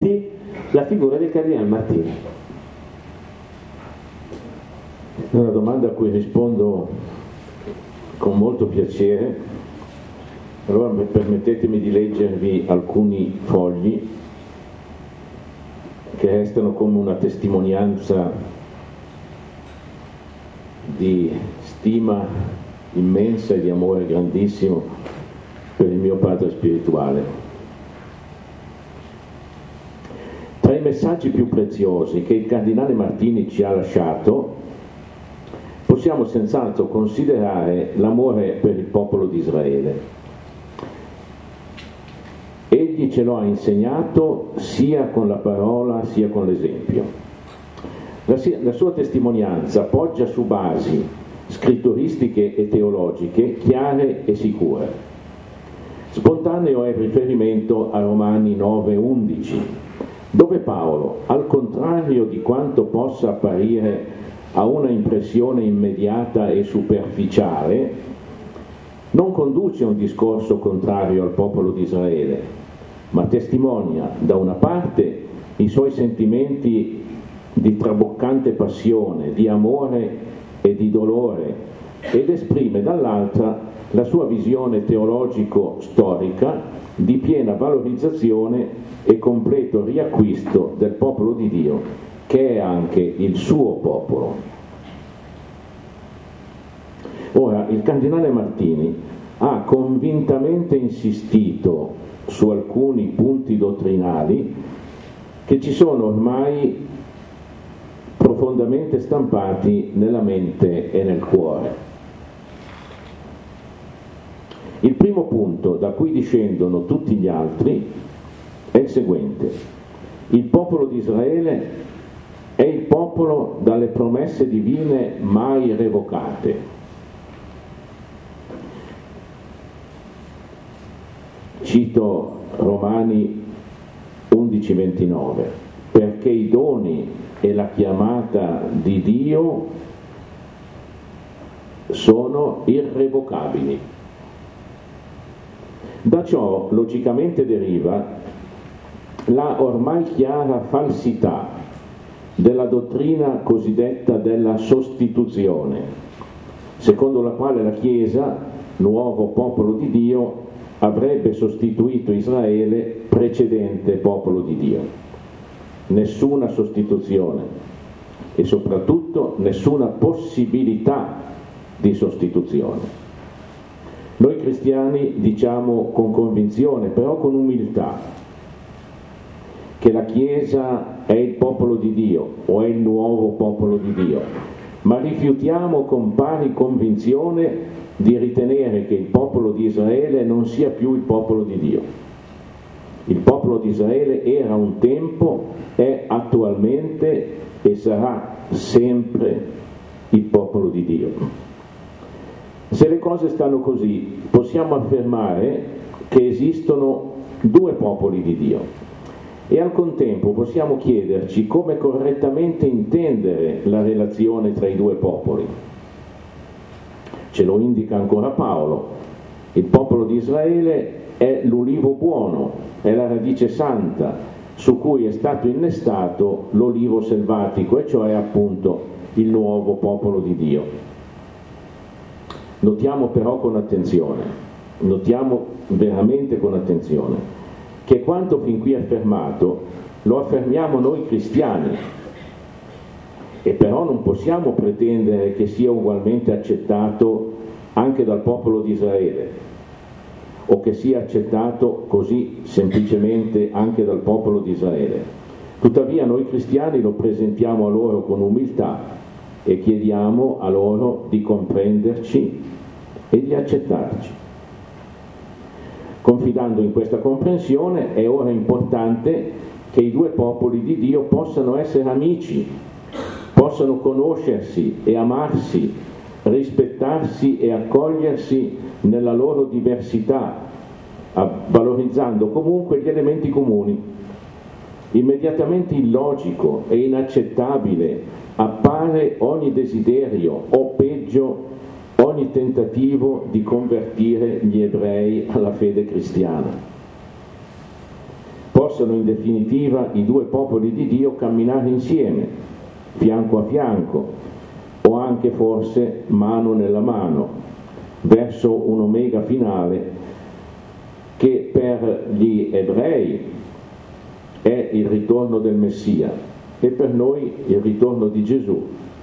tutti la figura del Cardinale Martini. È una domanda a cui rispondo con molto piacere. Allora permettetemi di leggervi alcuni fogli che restano come una testimonianza di stima immensa e di amore grandissimo per il mio padre spirituale. Tra i messaggi più preziosi che il Cardinale Martini ci ha lasciato possiamo senz'altro considerare l'amore per il popolo di Israele. Egli ce lo ha insegnato sia con la parola sia con l'esempio. La sua testimonianza poggia su basi scritturistiche e teologiche chiare e sicure. Spontaneo è il riferimento a Romani 9:11, dove Paolo, al contrario di quanto possa apparire a una impressione immediata e superficiale, non conduce un discorso contrario al popolo di Israele, ma testimonia da una parte i suoi sentimenti di traboccante passione, di amore e di dolore, ed esprime dall'altra la sua visione teologico-storica di piena valorizzazione e completo riacquisto del popolo di Dio, che è anche il suo popolo. Ora, il Cardinale Martini ha convintamente insistito su alcuni punti dottrinali che ci sono ormai profondamente stampati nella mente e nel cuore. Il primo punto da cui discendono tutti gli altri è il seguente: il popolo di Israele è il popolo dalle promesse divine mai revocate. Cito Romani 11:29, perché i doni e la chiamata di Dio sono irrevocabili. Da ciò logicamente deriva la ormai chiara falsità della dottrina cosiddetta della sostituzione, secondo la quale la Chiesa, nuovo popolo di Dio, avrebbe sostituito Israele, precedente popolo di Dio. Nessuna sostituzione e soprattutto nessuna possibilità di sostituzione. Noi cristiani diciamo con convinzione, però con umiltà, che la Chiesa è il popolo di Dio o è il nuovo popolo di Dio, ma rifiutiamo con pari convinzione di ritenere che il popolo di Israele non sia più il popolo di Dio. Il popolo di Israele era un tempo, è attualmente e sarà sempre il popolo di Dio. Se le cose stanno così, possiamo affermare che esistono due popoli di Dio e al contempo possiamo chiederci come correttamente intendere la relazione tra i due popoli. Ce lo indica ancora Paolo: il popolo di Israele è l'ulivo buono, è la radice santa su cui è stato innestato l'olivo selvatico, e cioè appunto il nuovo popolo di Dio. Notiamo però con attenzione, notiamo veramente con attenzione, che quanto fin qui affermato lo affermiamo noi cristiani, e però non possiamo pretendere che sia ugualmente accettato anche dal popolo di Israele, o che sia accettato così semplicemente anche dal popolo di Israele. Tuttavia noi cristiani lo presentiamo a loro con umiltà e chiediamo a loro di comprenderci e di accettarci. Confidando in questa comprensione, è ora importante che i due popoli di Dio possano essere amici, possano conoscersi e amarsi, rispettarsi e accogliersi nella loro diversità, valorizzando comunque gli elementi comuni. Immediatamente illogico e inaccettabile appare ogni desiderio, o peggio ogni tentativo di convertire gli ebrei alla fede cristiana. possano in definitiva i due popoli di Dio camminare insieme, fianco a fianco, o anche forse mano nella mano, verso un omega finale che per gli ebrei è il ritorno del Messia e per noi il ritorno di Gesù.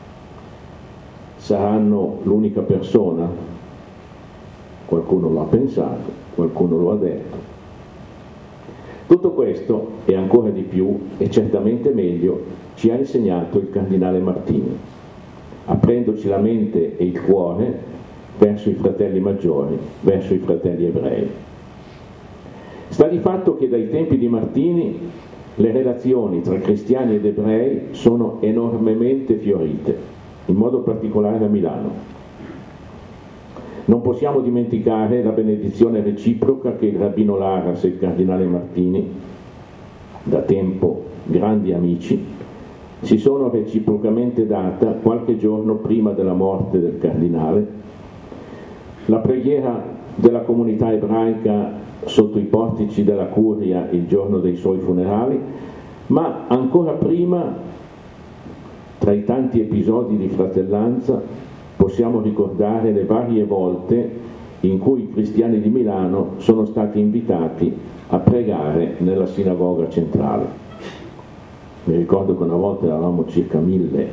Saranno l'unica persona? Qualcuno lo ha pensato, qualcuno lo ha detto. Tutto questo e ancora di più e certamente meglio ci ha insegnato il cardinale Martini, aprendoci la mente e il cuore verso i fratelli maggiori, verso i fratelli ebrei. Sta di fatto che dai tempi di Martini le relazioni tra cristiani ed ebrei sono enormemente fiorite, in modo particolare a Milano. Non possiamo dimenticare la benedizione reciproca che il rabbino Laras e il cardinale Martini, da tempo grandi amici, si sono reciprocamente data qualche giorno prima della morte del cardinale. La preghiera della comunità ebraica sotto i portici della Curia il giorno dei suoi funerali, ma ancora prima, tra i tanti episodi di fratellanza, possiamo ricordare le varie volte in cui i cristiani di Milano sono stati invitati a pregare nella sinagoga centrale. Mi ricordo che una volta eravamo circa 1000.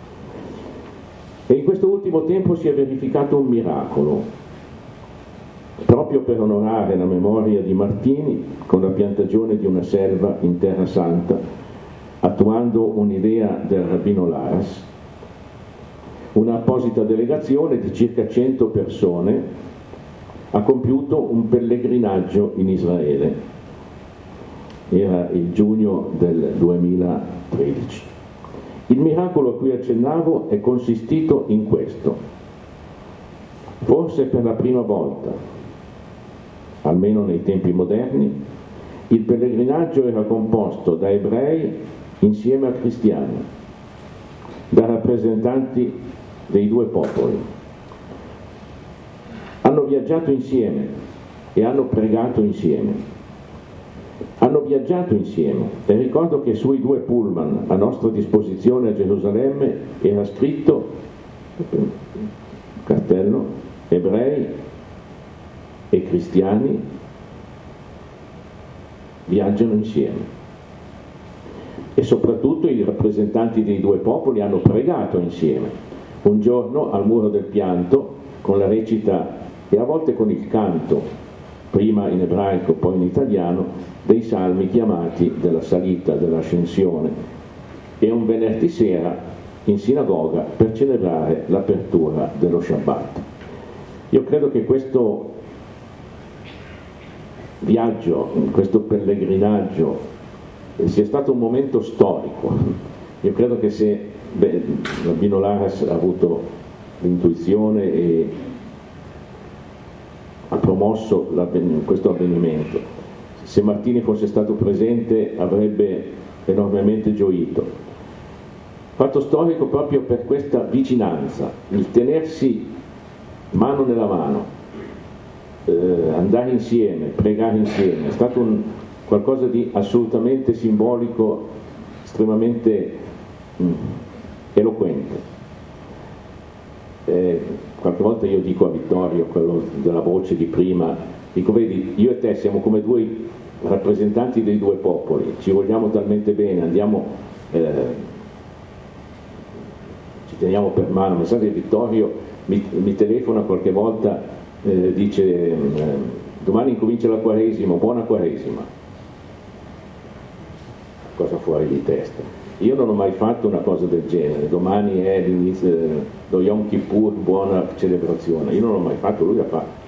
E in questo ultimo tempo si è verificato un miracolo, proprio per onorare la memoria di Martini con la piantagione di una selva in Terra Santa, attuando un'idea del rabbino Laras. Una apposita delegazione di circa 100 persone ha compiuto un pellegrinaggio in Israele. Era il giugno del 2013. Il miracolo a cui accennavo è consistito in questo. Forse per la prima volta, almeno nei tempi moderni, il pellegrinaggio era composto da ebrei insieme a cristiani, da rappresentanti dei due popoli. Hanno viaggiato insieme e hanno pregato insieme. Hanno viaggiato insieme e ricordo che sui 2 pullman a nostra disposizione a Gerusalemme era scritto cartello ebrei e cristiani viaggiano insieme. E soprattutto i rappresentanti dei 2 popoli hanno pregato insieme. Un giorno al Muro del Pianto, con la recita e a volte con il canto, prima in ebraico poi in italiano, dei salmi chiamati della salita, dell'ascensione, e un venerdì sera in sinagoga per celebrare l'apertura dello Shabbat. Io credo che questo viaggio, questo pellegrinaggio sia stato un momento storico. Io credo che se Rabbino Laras ha avuto l'intuizione e ha promosso questo avvenimento, se Martini fosse stato presente avrebbe enormemente gioito. Fatto storico proprio per questa vicinanza, il tenersi mano nella mano, andare insieme, pregare insieme, è stato qualcosa di assolutamente simbolico, estremamente eloquente. Qualche volta io dico a Vittorio, quello della voce di prima, dico: vedi, io e te siamo come 2 rappresentanti dei 2 popoli, ci vogliamo talmente bene, andiamo, ci teniamo per mano. Ma sai che Vittorio mi telefona qualche volta, dice: domani incomincia la Quaresima, buona Quaresima. Cosa fuori di testa? Io non ho mai fatto una cosa del genere. Domani è l'inizio dello Yom Kippur, buona celebrazione. Io non l'ho mai fatto, lui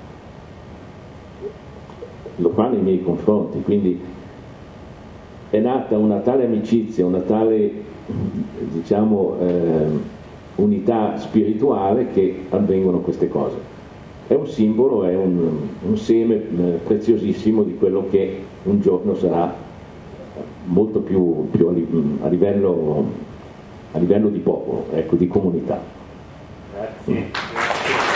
lo fa nei miei confronti. Quindi è nata una tale amicizia, una tale, diciamo, unità spirituale che avvengono queste cose. È un simbolo, è un seme preziosissimo di quello che un giorno sarà molto più a livello di popolo, ecco, di comunità. Grazie.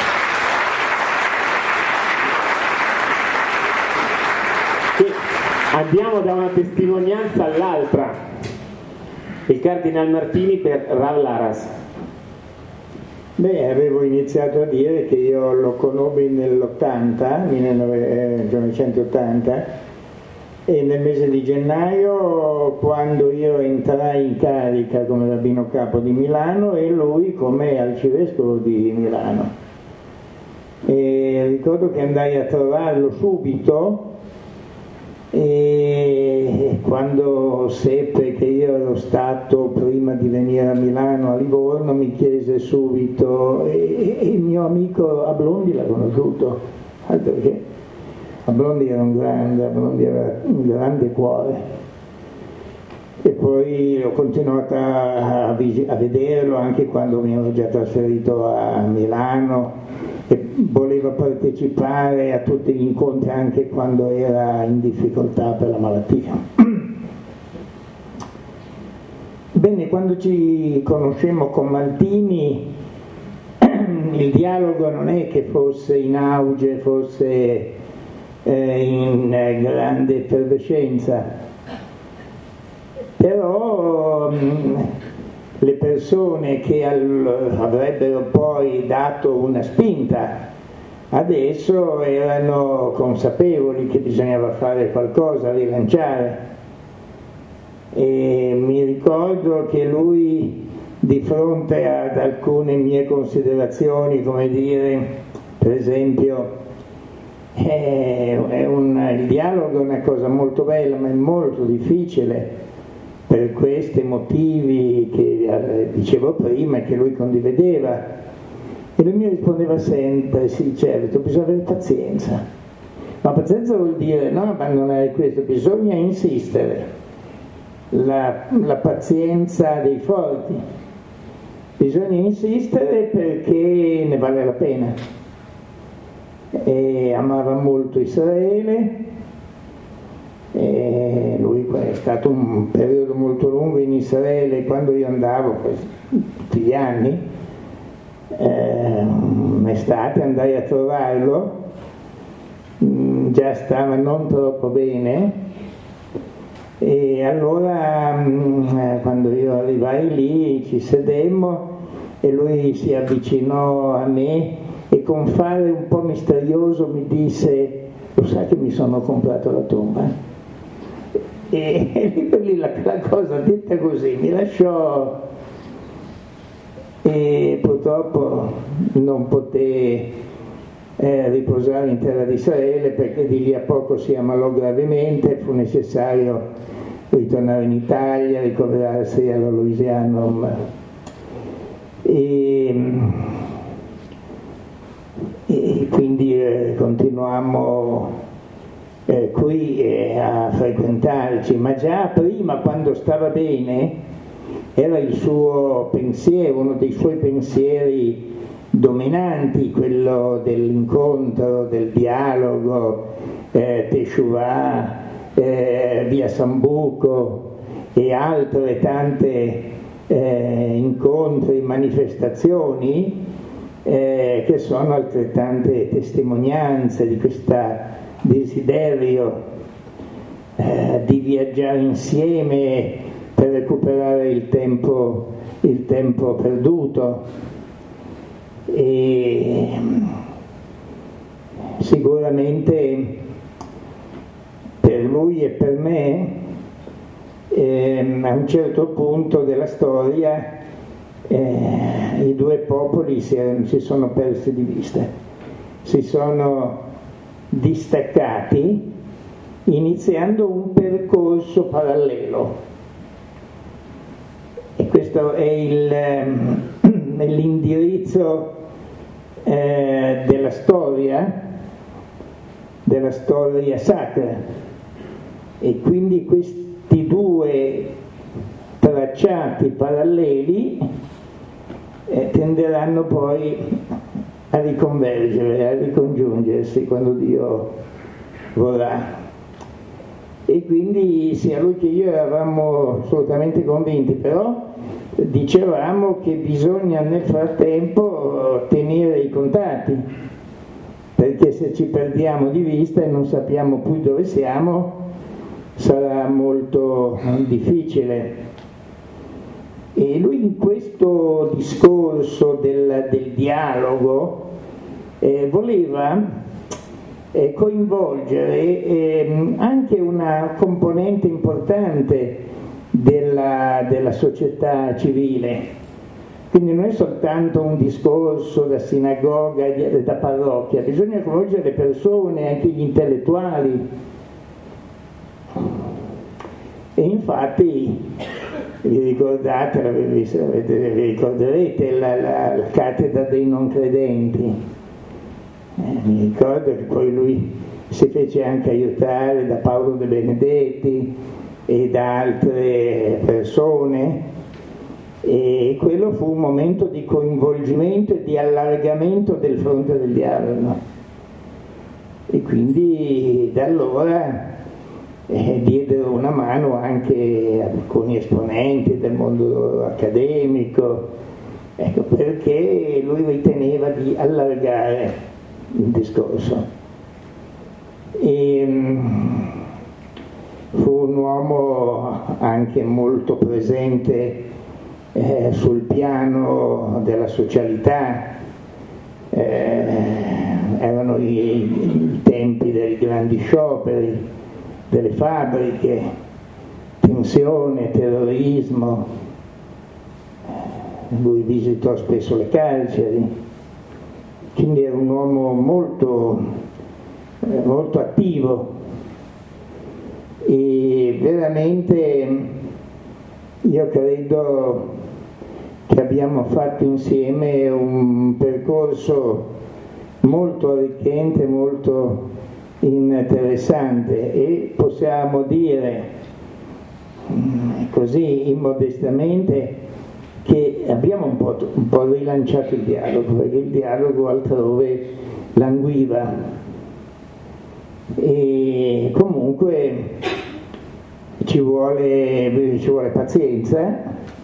Che Andiamo da una testimonianza all'altra. Il Cardinal Martini per Rav Laras. Beh, avevo iniziato a dire che io lo conobbi nell'80, 1980, e nel mese di gennaio, quando io entrai in carica come rabbino capo di Milano e lui come arcivescovo di Milano. E ricordo che andai a trovarlo subito, e quando seppe che io ero stato prima di venire a Milano a Livorno mi chiese subito, e il mio amico Ablondi l'ha conosciuto, perché Ablondi era un grande cuore, e poi ho continuato a vederlo anche quando mi ero già trasferito a Milano e voleva partecipare a tutti gli incontri anche quando era in difficoltà per la malattia. Bene, quando ci conoscemmo con Martini il dialogo non è che fosse in auge, fosse in grande effervescenza, però le persone che avrebbero poi dato una spinta adesso erano consapevoli che bisognava fare qualcosa, rilanciare, e mi ricordo che lui, di fronte ad alcune mie considerazioni, come dire, per esempio, il dialogo è una cosa molto bella ma è molto difficile per questi motivi che dicevo prima e che lui condivideva, e lui mi rispondeva sempre: sì, certo, bisogna avere pazienza, ma pazienza vuol dire non abbandonare questo, bisogna insistere, la pazienza dei forti, bisogna insistere perché ne vale la pena. E amava molto Israele, e lui è stato un periodo molto lungo in Israele. Quando io andavo tutti gli anni, un'estate andai a trovarlo, già stava non troppo bene, e allora quando io arrivai lì ci sedemmo e lui si avvicinò a me e con fare un po' misterioso mi disse: lo sai che mi sono comprato la tomba? E lì la cosa detta così mi lasciò, e purtroppo non poté riposare in terra di Israele perché di lì a poco si ammalò gravemente, fu necessario ritornare in Italia, ricoverarsi allo Louisianum, e quindi continuammo qui a frequentarci, ma già prima, quando stava bene, era il suo pensiero, uno dei suoi pensieri dominanti, quello dell'incontro, del dialogo, Teshuvah, via Sambuco e altre tante incontri, manifestazioni che sono altrettante testimonianze di questo desiderio di viaggiare insieme per recuperare il tempo perduto. E sicuramente per lui e per me a un certo punto della storia i due popoli si sono persi di vista, si sono distaccati, iniziando un percorso parallelo, e questo è l'indirizzo della storia sacra, e quindi questi due tracciati paralleli tenderanno poi a riconvergere, a ricongiungersi quando Dio vorrà. E quindi sia lui che io eravamo assolutamente convinti, però dicevamo che bisogna nel frattempo tenere i contatti, perché se ci perdiamo di vista e non sappiamo più dove siamo, sarà molto difficile. E lui in questo discorso del dialogo voleva coinvolgere anche una componente importante della società civile. Quindi non è soltanto un discorso da sinagoga, da parrocchia, bisogna coinvolgere le persone, anche gli intellettuali. E infatti vi ricorderete la cattedra dei non credenti. Mi ricordo che poi lui si fece anche aiutare da Paolo De Benedetti e da altre persone, e quello fu un momento di coinvolgimento e di allargamento del fronte del dialogo. E quindi da allora diedero una mano anche alcuni esponenti del mondo accademico, ecco, perché lui riteneva di allargare il discorso. E fu un uomo anche molto presente sul piano della socialità. Erano i tempi dei grandi scioperi delle fabbriche, tensione, terrorismo. Lui visitò spesso le carceri, quindi era un uomo molto attivo, e veramente io credo che abbiamo fatto insieme un percorso molto arricchente, molto interessante, e possiamo dire così immodestamente che abbiamo un po' rilanciato il dialogo, perché il dialogo altrove languiva. E comunque ci vuole pazienza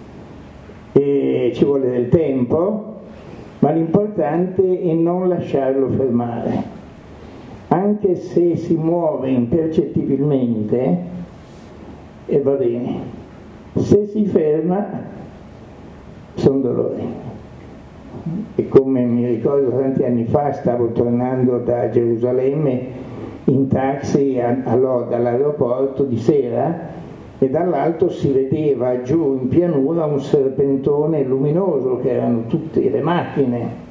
e ci vuole del tempo, ma l'importante è non lasciarlo fermare. Anche se si muove impercettibilmente, e va bene, se si ferma sono dolori. E come mi ricordo tanti anni fa, stavo tornando da Gerusalemme in taxi dall'aeroporto di sera, e dall'alto si vedeva giù in pianura un serpentone luminoso, che erano tutte le macchine.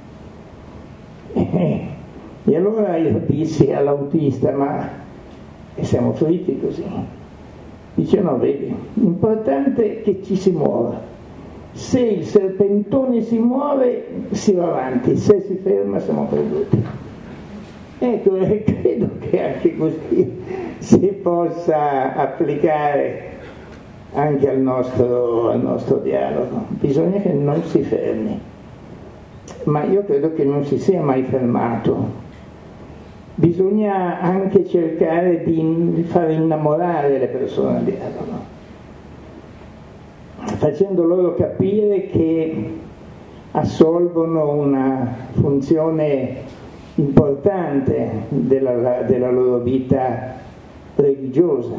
E allora io dissi all'autista: ma siamo fritti così? Dice: no, vedi, l'importante è che ci si muova. Se il serpentone si muove, si va avanti; se si ferma, siamo perduti. Ecco, credo che anche così si possa applicare anche al nostro dialogo. Bisogna che non si fermi, ma io credo che non si sia mai fermato. Bisogna anche cercare di far innamorare le persone al dialogo, facendo loro capire che assolvono una funzione importante della loro vita religiosa,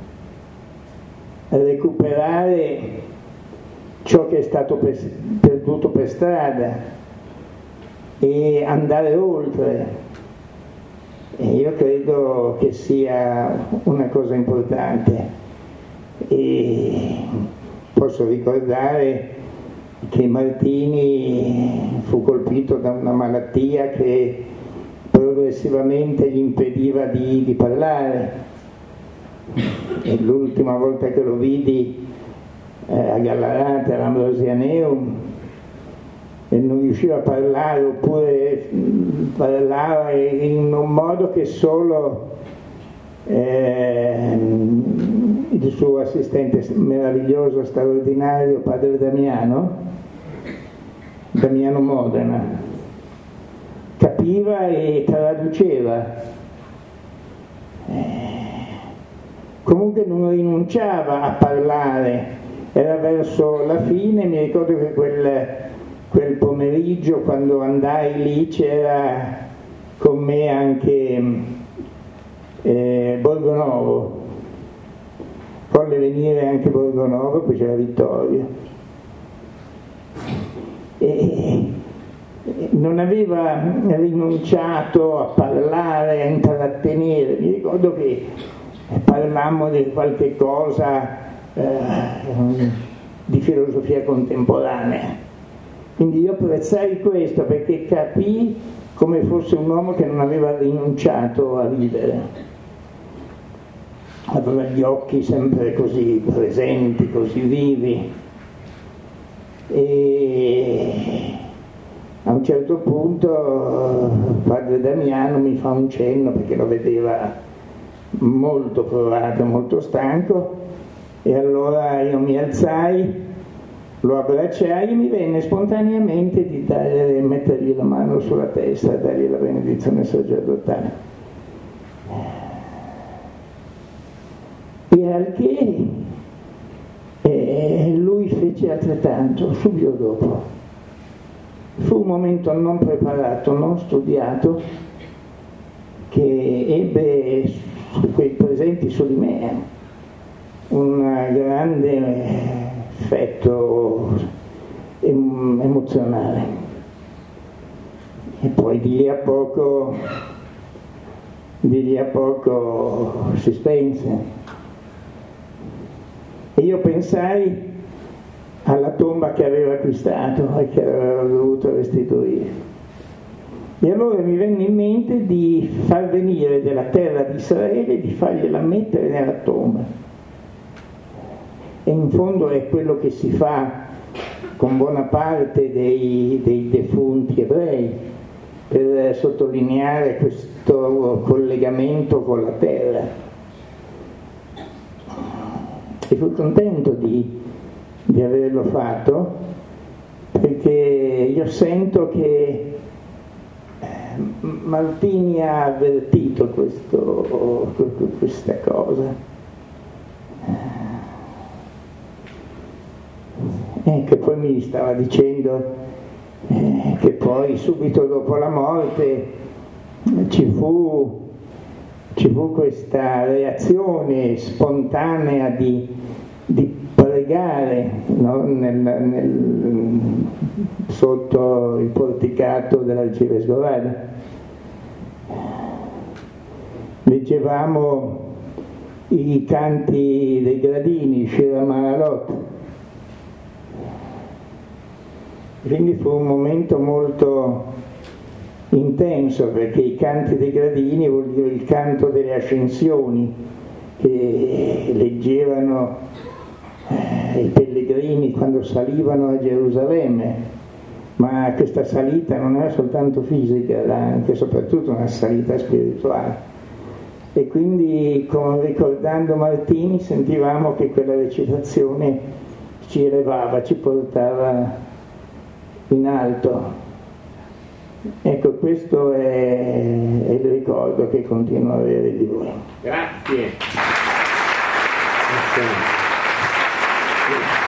recuperare ciò che è stato perduto per strada e andare oltre. E io credo che sia una cosa importante. E posso ricordare che Martini fu colpito da una malattia che progressivamente gli impediva di parlare, e l'ultima volta che lo vidi a Gallarate, all'Ambrosianeum, e non riusciva a parlare, oppure parlava in un modo che solo il suo assistente meraviglioso, straordinario, padre Damiano Modena, capiva e traduceva. Comunque non rinunciava a parlare. Era verso la fine, mi ricordo che quel pomeriggio, quando andai lì, c'era con me anche Borgonovo, volle venire anche Borgonovo, poi c'era Vittorio. E non aveva rinunciato a parlare, a intrattenere. Mi ricordo che parlammo di qualche cosa di filosofia contemporanea. Quindi io apprezzai questo perché capii come fosse un uomo che non aveva rinunciato a vivere. Aveva gli occhi sempre così presenti, così vivi. E a un certo punto padre Damiano mi fa un cenno perché lo vedeva molto provato, molto stanco, e allora io mi alzai, lo abbracciai e mi venne spontaneamente di mettergli la mano sulla testa e dargli la benedizione sacerdotale. E al che lui fece altrettanto subito dopo. Fu un momento non preparato, non studiato, che ebbe su quei presenti su di me un grande effetto emozionale. E poi di lì a poco si spense. E io pensai alla tomba che aveva acquistato e che aveva dovuto restituire. E allora mi venne in mente di far venire della terra di Israele e di fargliela mettere nella tomba. E in fondo è quello che si fa con buona parte dei defunti ebrei, per sottolineare questo collegamento con la terra. E fui contento di averlo fatto, perché io sento che Martini ha avvertito questa cosa. Che poi mi stava dicendo che poi subito dopo la morte ci fu questa reazione spontanea di pregare, no? Sotto il porticato dell'arcivescovile. Leggevamo i canti dei gradini, Shira Mahalot. Quindi fu un momento molto intenso, perché i canti dei gradini vuol dire il canto delle ascensioni che leggevano i pellegrini quando salivano a Gerusalemme, ma questa salita non era soltanto fisica, era anche e soprattutto una salita spirituale. E quindi, ricordando Martini, sentivamo che quella recitazione ci elevava, ci portava in alto. Ecco, questo è il ricordo che continuo a avere di voi. Grazie.